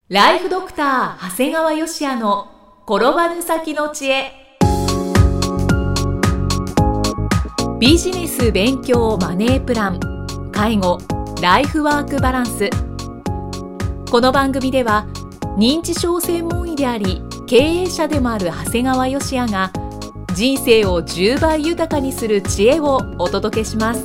ライフドクター長谷川芳也の転ばぬ先の知恵。ビジネス勉強マネープラン、介護、ライフワークバランス。この番組では認知症専門医であり経営者でもある長谷川芳也が人生を10倍豊かにする知恵をお届けします。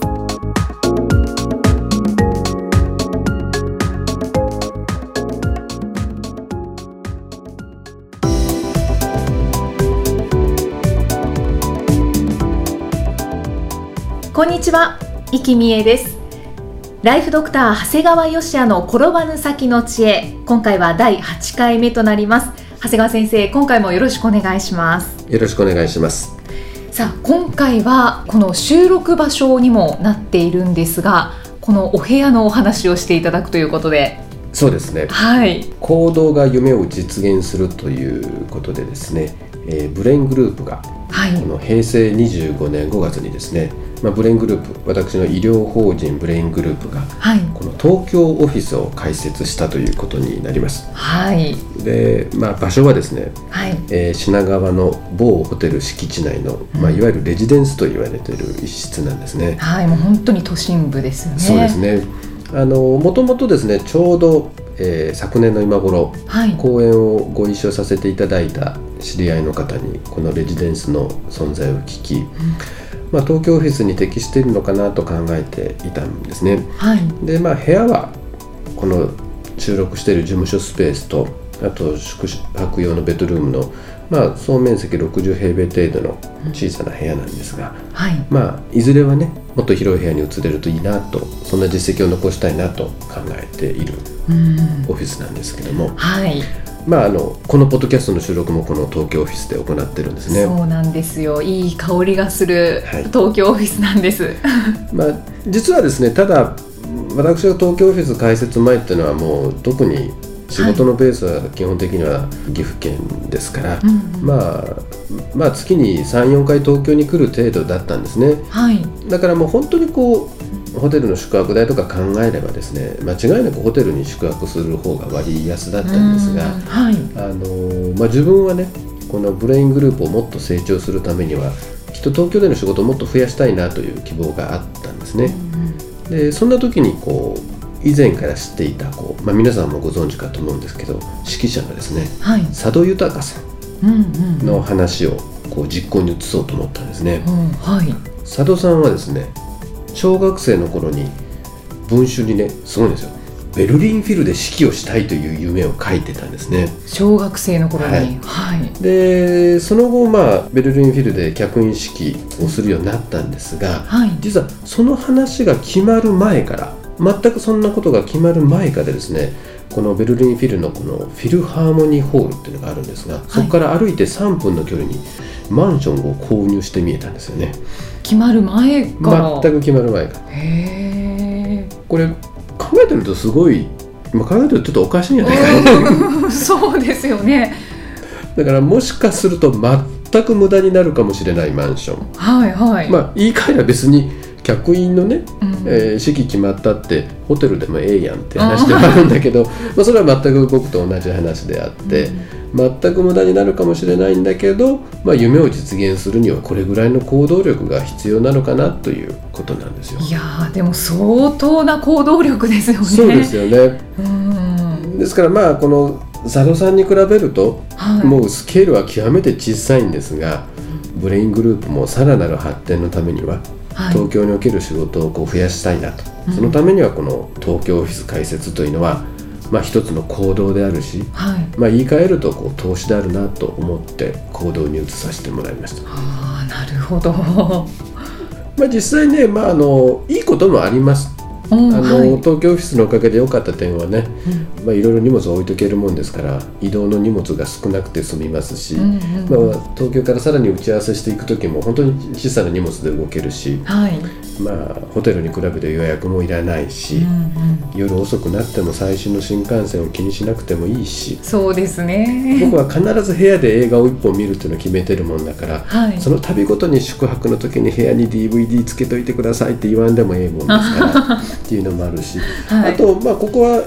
こんにちは、生きみえです。ライフドクター長谷川芳也の転ばぬ先の知恵、今回は第8回目となります。長谷川先生、今回もよろしくお願いします。 よろしくお願いします。 さあ、今回はこの収録場所にもなっているんですが、このお部屋のお話をしていただくということで。 そうですね、 はい、 行動が夢を実現するということでですね、ブレイングループが、この平成25年5月にですね、ブレイングループ、私の医療法人ブレイングループが、この東京オフィスを開設したということになります。で、場所はですね、品川の某ホテル敷地内の、いわゆるレジデンスと言われている一室なんですね。 もう本当に都心部ですよね。 そうですね。もともとですね、ちょうど、昨年の今頃、講演をご一緒させていただいた知り合いの方にこのレジデンスの存在を聞き、東京オフィスに適しているのかなと考えていたんですね。で、部屋はこの収録している事務所スペースと、あと宿泊用のベッドルームの、総面積60平米程度の小さな部屋なんですが、いずれはね、もっと広い部屋に移れるといいなと、そんな実績を残したいなと考えているオフィスなんですけども、このポッドキャストの収録もこの東京オフィスで行ってるんですね。 そうなんですよ。いい香りがする東京オフィスなんです。 実はですね、ただ私が東京オフィス開設前っていうのはもう特に仕事のベースは基本的には岐阜県ですから、月に 3,4 回東京に来る程度だったんですね。だからもう本当にホテルの宿泊代とか考えればですね、間違いなくホテルに宿泊する方が割安だったんですが、自分はね、このブレイングループをもっと成長するためにはきっと東京での仕事をもっと増やしたいなという希望があったんですね。で、そんな時に以前から知っていた皆さんもご存知かと思うんですけど、指揮者のですね、佐渡裕さんの話を実行に移そうと思ったんですね。佐渡さんはですね、小学生の頃に文集にね、すごいんですよ、ベルリンフィルで指揮をしたいという夢を書いてたんですね。 小学生の頃に。 で、その後、ベルリンフィルで客員指揮をするようになったんですが、実はその話が決まる前から、全くそんなことが決まる前からですね、このベルリンフィルのこのフィルハーモニーホールっていうのがあるんですが、そこから歩いて3分の距離にマンションを購入して見えたんですよね。 決まる前から。 全く決まる前から。これ考えてるとすごい、考えてるとちょっとおかしいんじゃないかなそうですよね。 だからもしかすると全く無駄になるかもしれないマンション。言い換えれば別に客員のね、式決まったってホテルでもええやんって話ではあるんだけどそれは全く僕と同じ話であって、全く無駄になるかもしれないんだけど、夢を実現するにはこれぐらいの行動力が必要なのかなということなんですよ。 いやー、でも相当な行動力ですよね。 そうですよね。ですからこの佐渡さんに比べると、もうスケールは極めて小さいんですが、ブレイングループもさらなる発展のためには東京における仕事を増やしたいなと、そのためにはこの東京オフィス開設というのは、一つの行動であるし、言い換えると投資であるなと思って行動に移させてもらいました。 なるほど。 実際ね、いいこともあります。東京オフィスのおかげで良かった点はね、いろいろ荷物を置いとけるもんですから移動の荷物が少なくて済みますし、東京からさらに打ち合わせしていく時も本当に小さな荷物で動けるし、ホテルに比べて予約もいらないし、夜遅くなっても最新の新幹線を気にしなくてもいいし。 そうですね。 僕は必ず部屋で映画を1本見るっていうのを決めてるもんだから、その度ごとに宿泊の時に部屋に DVD つけといてくださいって言わんでもええもんですからっていうのもあるし、あとここはホテル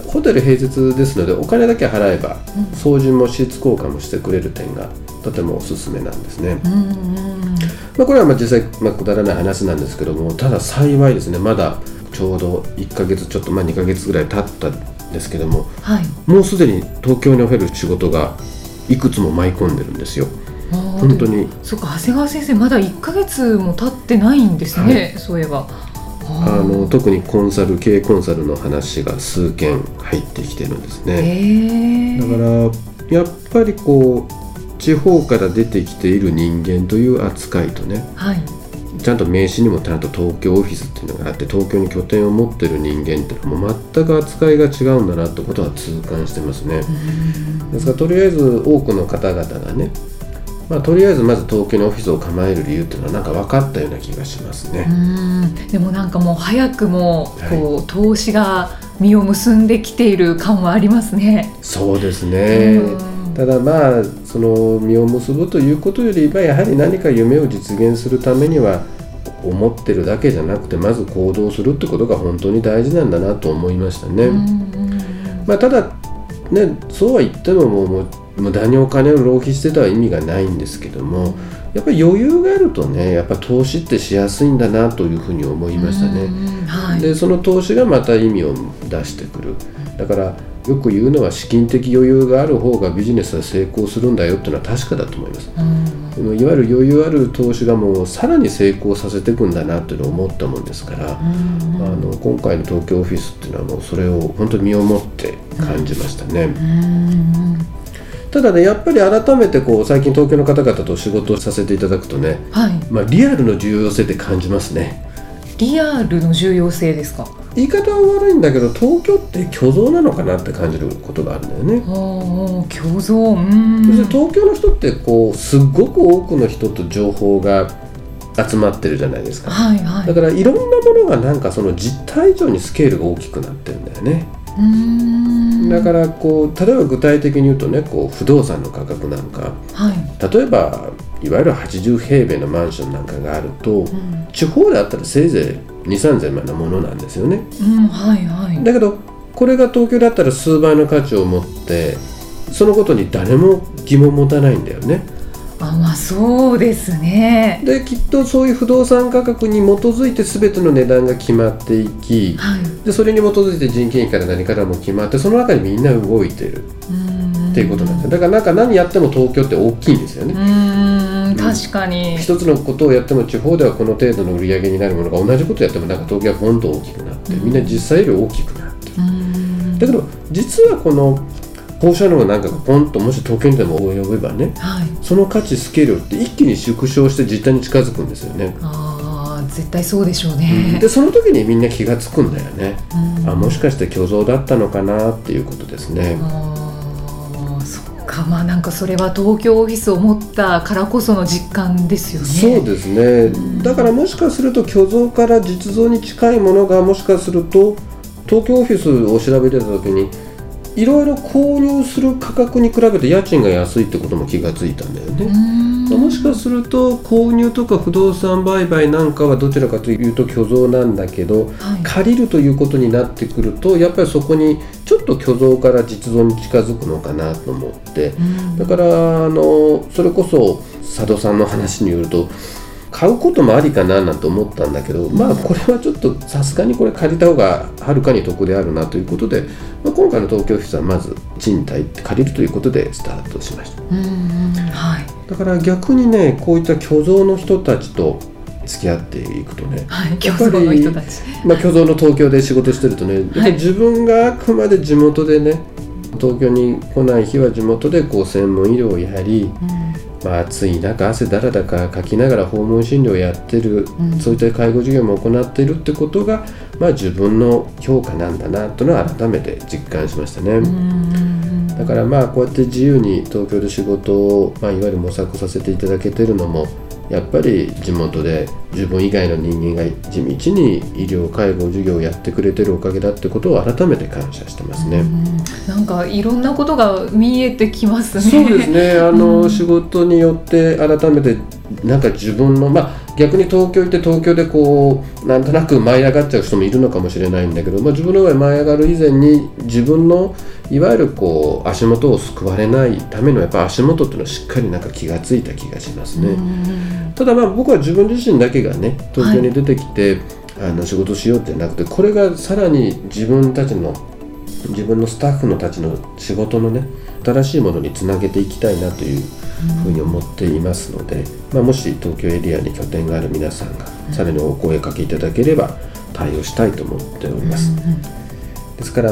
平日ですのでお金だけ払えば、掃除も質交換もしてくれる点がとてもおすすめなんですね。これは実際、くだらない話なんですけども、ただ幸いですね、まだちょうど1ヶ月ちょっと、2ヶ月ぐらい経ったんですけども、もうすでに東京における仕事がいくつも舞い込んでるんですよ。本当に。 そうか、長谷川先生まだ1ヶ月も経ってないんですね、そういえば。 特に経営コンサルの話が数件入ってきてるんですね。だからやっぱり地方から出てきている人間という扱いとね、ちゃんと名刺にもちゃんと東京オフィスっていうのがあって、東京に拠点を持っている人間っていうのはもう全く扱いが違うんだなってことは痛感してますね。ですからとりあえず多くの方々がね、とりあえずまず東京にオフィスを構える理由っていうのはなんか分かったような気がしますね。 でもなんかもう早くも投資が実を結んできている感はありますね。 そうですね。ただその実を結ぶということよりやはり何か夢を実現するためには思ってるだけじゃなくてまず行動するってことが本当に大事なんだなと思いましたね。ただね、そうは言ってももう無駄にお金を浪費してたら意味がないんですけども、やっぱり余裕があるとね、やっぱ投資ってしやすいんだなというふうに思いましたね。でその投資がまた意味を出してくる。だからよく言うのは資金的余裕がある方がビジネスは成功するんだよっていうのは確かだと思います。でもいわゆる余裕ある投資がもうさらに成功させていくんだなっていうのを思ったもんですから、今回の東京オフィスっていうのはもうそれを本当に身をもって感じましたね。ただね、やっぱり改めて最近東京の方々と仕事をさせていただくとね、リアルの重要性って感じますね。 リアルの重要性ですか？ 言い方は悪いんだけど、東京って虚像なのかなって感じることがあるんだよね。 虚像。 東京の人ってすっごく多くの人と情報が集まってるじゃないですか。だからいろんなものがなんかその実態以上にスケールが大きくなってるんだよね。だから例えば具体的に言うとね、不動産の価格なんか、例えばいわゆる80平米のマンションなんかがあると、地方であったらせいぜい 2,3 千万のものなんですよね。だけどこれが東京だったら数倍の価値を持って、そのことに誰も疑問を持たないんだよね。 そうですね。 できっとそういう不動産価格に基づいて全ての値段が決まっていき、でそれに基づいて人件費から何からも決まって、その中にみんな動いてるっていうことなんですよ。だから何やっても東京って大きいんですよね。 確かに一つのことをやっても地方ではこの程度の売り上げになるものが同じことやっても東京はポンと大きくなって、みんな実際より大きくなってる。だけど実はこの放射能なんかがポンともし東京にでも及べばね、その価値スケールって一気に縮小して実態に近づくんですよね。 絶対そうでしょうね。 でその時にみんな気がつくんだよね。もしかして虚像だったのかなっていうことですね。 なんかそれは東京オフィスを持ったからこその実感ですよね。 そうですね。だからもしかすると虚像から実像に近いものが、もしかすると東京オフィスを調べてた時にいろいろ購入する価格に比べて家賃が安いってことも気がついたんだよね。もしかすると購入とか不動産売買なんかはどちらかというと虚像なんだけど、借りるということになってくるとやっぱりそこにちょっと虚像から実像に近づくのかなと思って、だからそれこそ佐渡さんの話によると買うこともありかななんて思ったんだけど、これはちょっとさすがにこれ借りた方がはるかに得であるなということで、今回の東京オフィスはまず賃貸借りるということでスタートしました。だから逆にね、こういった虚像の人たちと付き合っていくとね、 虚像の人たち、 虚像の東京で仕事してるとね、自分があくまで地元でね、東京に来ない日は地元で専門医療をやり、暑い中汗だらだらかきながら訪問診療をやってる、そういった介護事業も行っているってことが、自分の評価なんだなというのを改めて実感しましたね。だからこうやって自由に東京で仕事を、いわゆる模索させていただけてるのも、やっぱり地元で自分以外の人間が地道に医療介護事業をやってくれてるおかげだってことを改めて感謝してますね。 なんかいろんなことが見えてきますね。 そうですね。仕事によって改めてなんか自分の逆に東京行って東京でこうなんとなく舞い上がっちゃう人もいるのかもしれないんだけど、自分の場合舞い上がる以前に自分のいわゆるこう足元を救われないためのやっぱ足元っていうのはしっかりなんか気がついた気がしますね。ただ僕は自分自身だけがね東京に出てきて、仕事しようってなくて、これがさらに自分のスタッフのたちの仕事のね新しいものにつなげていきたいなというふうに思っていますので、もし東京エリアに拠点がある皆さんがさらにお声かけいただければ対応したいと思っております。ですから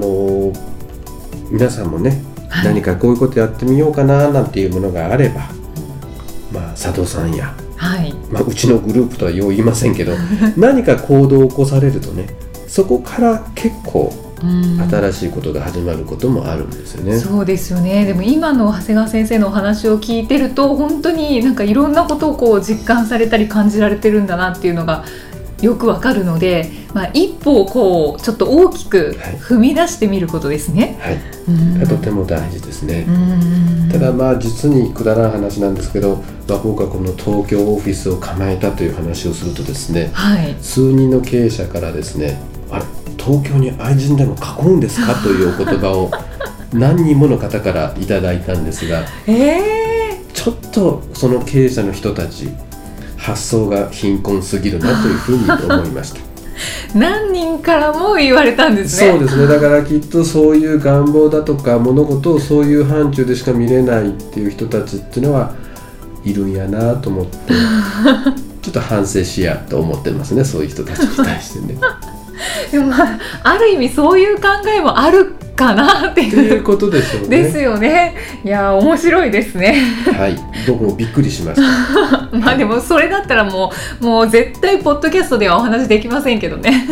皆さんもね、何かこういうことやってみようかななんていうものがあれば、佐渡さんや、うちのグループとはよう言いませんけど何か行動を起こされるとね、そこから結構新しいことが始まることもあるんですよね。 そうですよね。でも今の長谷川先生のお話を聞いてると、本当になんかいろんなことをこう実感されたり感じられてるんだなっていうのがよくわかるので、一歩をこうちょっと大きく踏み出してみることですね。 とても大事ですね。ただ実にくだらん話なんですけど、僕はこの東京オフィスを構えたという話をするとですね、数人の経営者からですね、東京に愛人でも囲うんですかというお言葉を何人もの方からいただいたんですが、ちょっとその経営者の人たち発想が貧困すぎるなというふうに思いました。 何人からも言われたんですね。 そうですね。だからきっとそういう願望だとか物事をそういう範疇でしか見れないっていう人たちっていうのはいるんやなと思ってちょっと反省しやと思ってますね、そういう人たちに対してね。 でもある意味そういう考えもあるかなっていうことでしょうね。 ですよね。いや面白いですね。 僕もびっくりしました。 でもそれだったらもう絶対ポッドキャストではお話できませんけどね。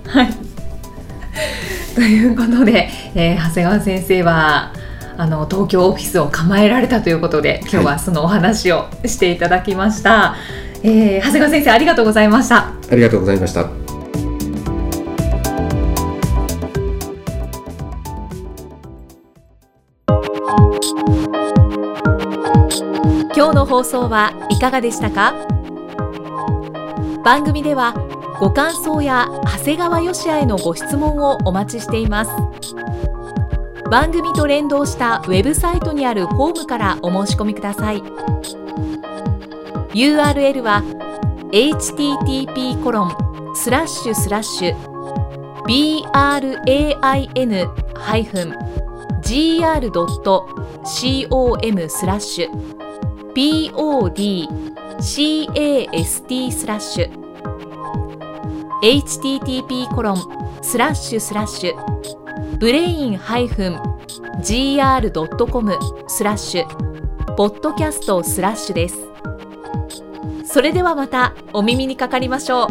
ということで、長谷川先生は東京オフィスを構えられたということで、今日はそのお話をしていただきました。長谷川先生ありがとうございました。 ありがとうございました。 今日の放送はいかがでしたか？番組ではご感想や長谷川芳也へのご質問をお待ちしています。番組と連動したウェブサイトにあるフォームからお申し込みください。URL は http://brain-gr.com/podcast/ です。それではまたお耳にかかりましょう。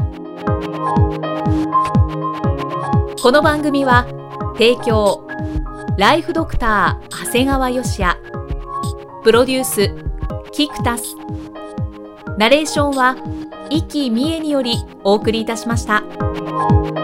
この番組は提供ライフドクター長谷川芳也、プロデュースキクタス、ナレーションは生きみえによりお送りいたしました。